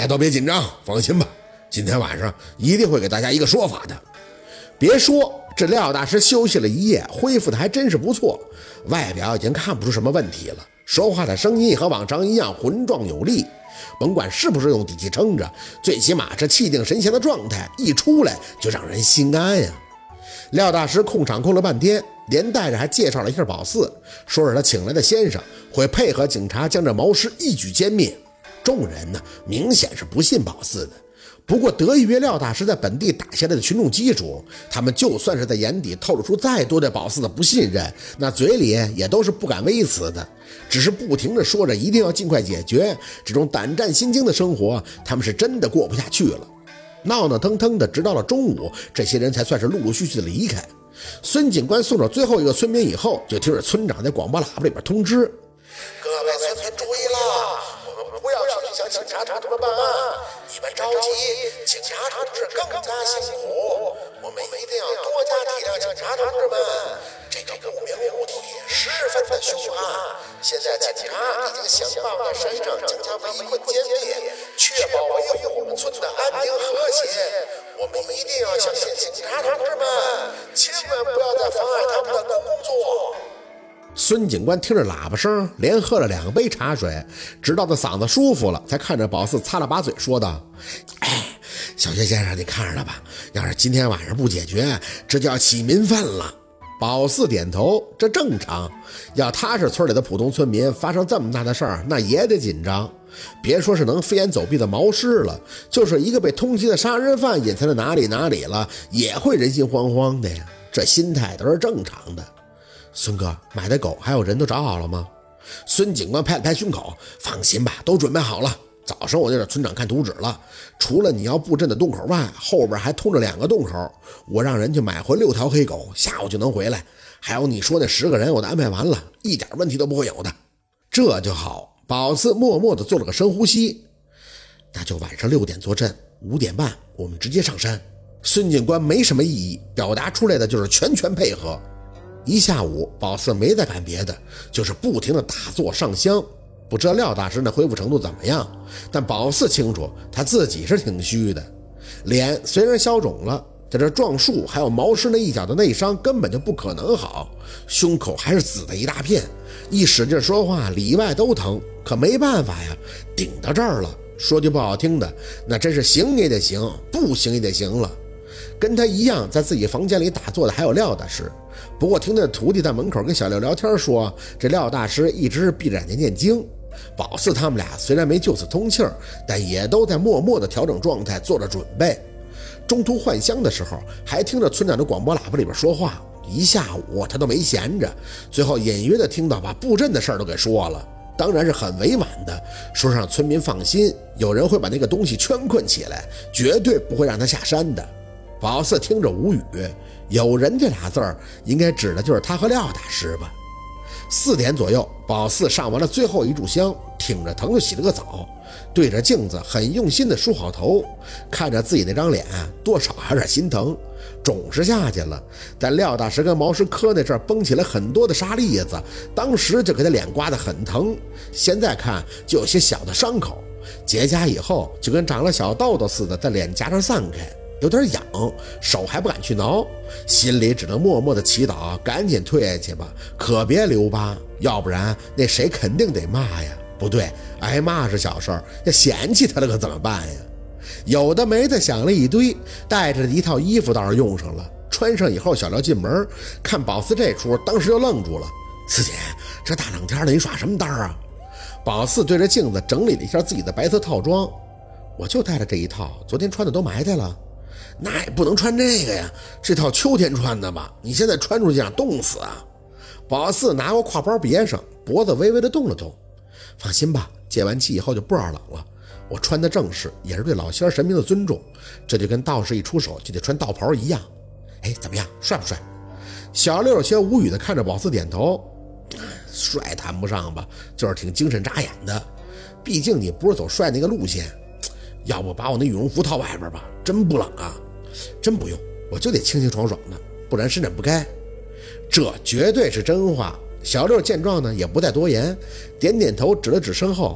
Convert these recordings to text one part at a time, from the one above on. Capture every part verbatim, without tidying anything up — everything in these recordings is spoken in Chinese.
家都别紧张，放心吧，今天晚上一定会给大家一个说法的。别说这廖大师休息了一夜，恢复的还真是不错，外表已经看不出什么问题了，说话的声音和往常一样浑壮有力，甭管是不是用底气撑着，最起码这气定神闲的状态一出来就让人心安呀。廖大师控场控了半天，连带着还介绍了一下宝四，说是他请来的先生会配合警察将这毛尸一举歼灭。众人呢明显是不信宝四的，不过得益于廖大师在本地打下来的群众基础，他们就算是在眼底透露出再多对宝四的不信任，那嘴里也都是不敢微词的，只是不停地说着一定要尽快解决这种胆战心惊的生活，他们是真的过不下去了。闹闹腾腾的直到了中午，这些人才算是陆陆续续的离开。孙警官送走最后一个村民以后，就听着村长在广播喇叭里边通知： 各位村民注意了，我们不要去向警察同志们办案，你们着急，警察同志更加辛苦，我们一定要多加体谅警察同志们。这个不明物体十分的凶悍，现在警察已经想办法山上将它围困歼灭，确保维护我们村的安宁和谐。我们一定要相信警察同志们，千万不要再妨碍他们的工作。 孙警官听着喇叭声，连喝了两杯茶水，直到他嗓子舒服了，才看着宝四擦了把嘴，说道：哎，小薛先生，你看着了吧，要是今天晚上不解决，这就要起民愤了。宝四点头，这正常，要他是村里的普通村民，发生这么大的事儿，那也得紧张。别说是能飞檐走壁的毛尸了，就是一个被通缉的杀人犯隐藏在哪里哪里了，也会人心惶惶的呀，这心态都是正常的。孙哥，买的狗还有人都找好了吗？孙警官拍了拍胸口，放心吧，都准备好了。早上我就让村长看图纸了，除了你要布阵的洞口外，后边还通着两个洞口，我让人去买回六条黑狗，下午就能回来。还有你说那十个人我都安排完了，一点问题都不会有的。这就好。宝四默默地做了个深呼吸，那就晚上六点坐镇，五点半我们直接上山。孙警官没什么异议，表达出来的就是全权配合。一下午宝四没再干别的，就是不停地打坐上香。不知道廖大师那恢复程度怎么样，但宝四清楚他自己是挺虚的，脸虽然消肿了，在这撞树还有毛尸那一脚的内伤根本就不可能好，胸口还是紫的一大片，一使劲说话里外都疼，可没办法呀，顶到这儿了。说句不好听的，那真是行也得行，不行也得行了。跟他一样在自己房间里打坐的还有廖大师，不过听他的徒弟在门口跟小廖聊天说，这廖大师一直是闭着眼睛念经。宝四他们俩虽然没就此通气儿，但也都在默默的调整状态，做着准备。中途换香的时候，还听着村长的广播喇叭里边说话，一下午他都没闲着，最后隐约的听到把布阵的事儿都给说了，当然是很委婉的，说让村民放心，有人会把那个东西圈困起来，绝对不会让他下山的。宝四听着无语，有人这俩字儿应该指的就是他和廖大师吧。四点左右，宝四上完了最后一炷香，挺着疼就洗了个澡，对着镜子很用心的梳好头，看着自己那张脸，多少还有点心疼。肿是下去了，但廖大师跟毛师科那阵绷起了很多的沙粒子，当时就给他脸刮得很疼，现在看就有些小的伤口，结痂以后就跟长了小痘痘似的，在脸颊上散开，有点痒，手还不敢去挠，心里只能默默的祈祷赶紧退下去吧，可别留疤，要不然那谁肯定得骂呀。不对，挨骂是小事儿，要嫌弃他了可怎么办呀？有的没的想了一堆，带着的一套衣服倒是用上了，穿上以后小廖进门看宝四这出，当时就愣住了。四姐，这大冷天的你耍什么单啊？宝四对着镜子整理了一下自己的白色套装，我就带了这一套，昨天穿的都埋汰了。那也不能穿这个呀，这套秋天穿的吧，你现在穿出去想冻死啊。宝四拿过挎包别上，脖子微微的动了动。放心吧，接完气以后就不让冷了，我穿的正式，也是对老仙神明的尊重，这就跟道士一出手就得穿道袍一样。哎，怎么样，帅不帅？小六有些无语的看着宝四点头，帅谈不上吧，就是挺精神扎眼的，毕竟你不是走帅那个路线。要不把我那羽绒服套外边吧，真不冷啊。真不用，我就得清清爽爽的，不然伸展不开。这绝对是真话。小六见状呢，也不再多言，点点头，指了指身后。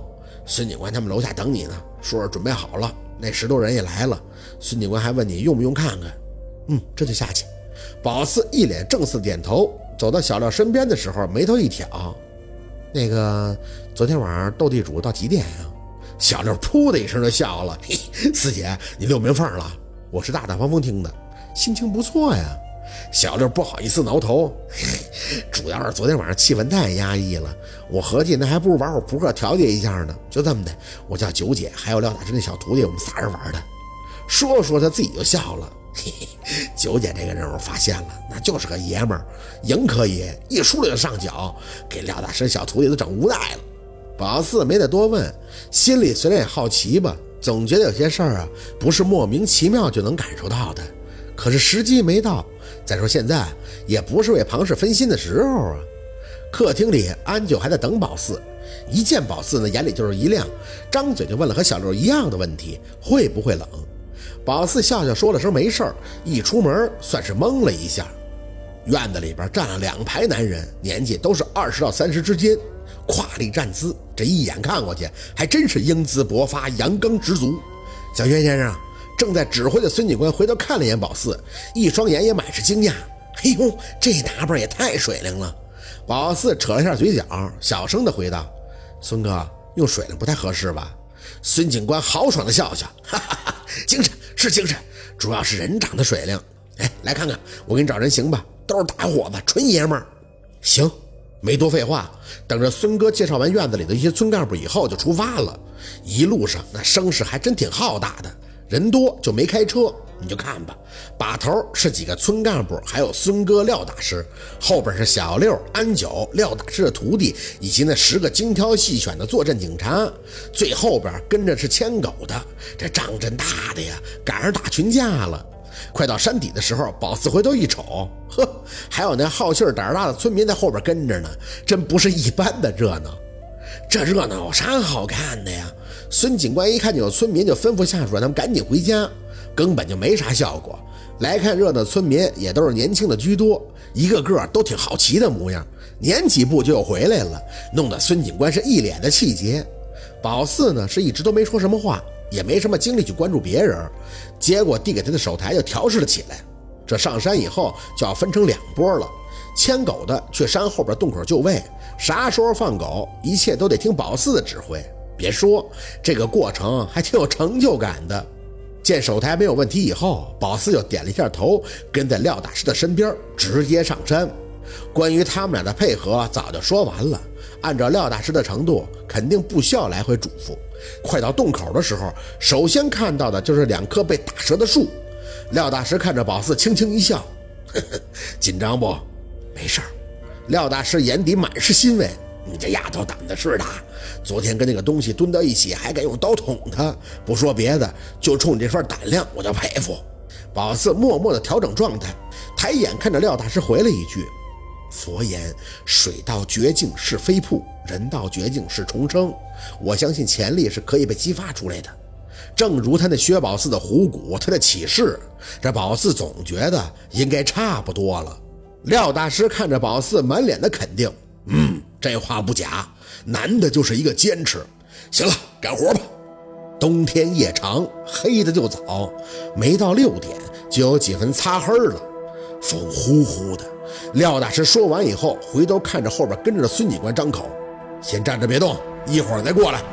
孙警官他们楼下等你呢，说是准备好了，那十多人也来了。孙警官还问你用不用看看。嗯，这就下去。宝四一脸正式点头，走到小廖身边的时候，眉头一挑，那个昨天晚上斗地主到几点啊？小廖噗的一声就笑了，嘿，四姐你溜明缝了，我是大大方方听的，心情不错呀。小六不好意思挠头，主要是昨天晚上气氛太压抑了，我合计那还不如玩会扑克调节一下呢。就这么的，我叫九姐还有廖大师那小徒弟，我们仨人玩的。说着说着他自己就笑了，嘿嘿，九姐这个人我发现了，那就是个爷们儿，赢可以，一输了就上脚，给廖大师小徒弟都整无奈了。宝四没得多问，心里虽然也好奇吧，总觉得有些事儿啊不是莫名其妙就能感受到的，可是时机没到。再说现在也不是为庞氏分心的时候啊。客厅里安九还在等宝四，一见宝四呢眼里就是一亮，张嘴就问了和小六一样的问题，会不会冷。宝四笑笑说了声没事儿，一出门算是懵了一下。院子里边站了两排男人，年纪都是二十到三十之间，跨立站姿，这一眼看过去还真是英姿勃发，阳刚十足。小薛先生正在指挥的孙警官回头看了一眼宝四，一双眼也满是惊讶，哎呦，这打扮也太水灵了。宝四扯了一下嘴角，小声的回道，孙哥用水灵不太合适吧？孙警官豪爽的笑笑，哈哈哈，精神是精神，主要是人长得水灵。哎，来看看我给你找人行吧，都是大伙子，纯爷们儿。行，没多废话，等着孙哥介绍完院子里的一些村干部以后就出发了。一路上那声势还真挺浩大的，人多就没开车，你就看吧，把头是几个村干部，还有孙哥廖大师，后边是小六、安九、廖大师的徒弟，以及那十个精挑细选的坐镇警察，最后边跟着是牵狗的，这仗真大的呀，赶上打群架了。快到山底的时候，宝四回头一瞅，呵，还有那好气儿胆大的村民在后边跟着呢，真不是一般的热闹。这热闹有啥好看的呀？孙警官一看见有村民，就吩咐下属让他们赶紧回家，根本就没啥效果。来看热闹的村民也都是年轻的居多，一个个都挺好奇的模样，撵几步就又回来了，弄得孙警官是一脸的气结。宝四呢是一直都没说什么话，也没什么精力去关注别人，结果递给他的手台就调试了起来。这上山以后就要分成两波了，牵狗的去山后边洞口就位，啥时候放狗一切都得听宝四的指挥。别说这个过程还挺有成就感的。见手台没有问题以后，宝四就点了一下头，跟在廖大师的身边直接上山。关于他们俩的配合早就说完了，按照廖大师的程度肯定不需要来回嘱咐。快到洞口的时候，首先看到的就是两棵被打折的树。廖大师看着宝四轻轻一笑，呵呵，紧张不？没事儿。廖大师眼底满是欣慰，你这丫头胆子是大，昨天跟那个东西蹲到一起还敢用刀捅他，不说别的，就冲你这份胆量我就佩服。宝四默默地调整状态，抬眼看着廖大师回了一句，佛言水到绝境是飞瀑，人到绝境是重生，我相信潜力是可以被激发出来的。正如他那薛宝四的虎骨，他的启示，这宝四总觉得应该差不多了。廖大师看着宝四满脸的肯定，嗯，这话不假，男的就是一个坚持。行了，干活吧。冬天夜长，黑的就早，没到六点就有几分擦黑了，风呼呼的。廖大师说完以后，回头看着后边跟着的孙警官张口，先站着别动，一会儿再过来。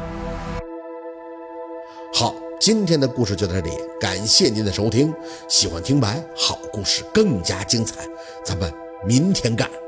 好，今天的故事就到这里，感谢您的收听。喜欢听白，好故事更加精彩，咱们明天干。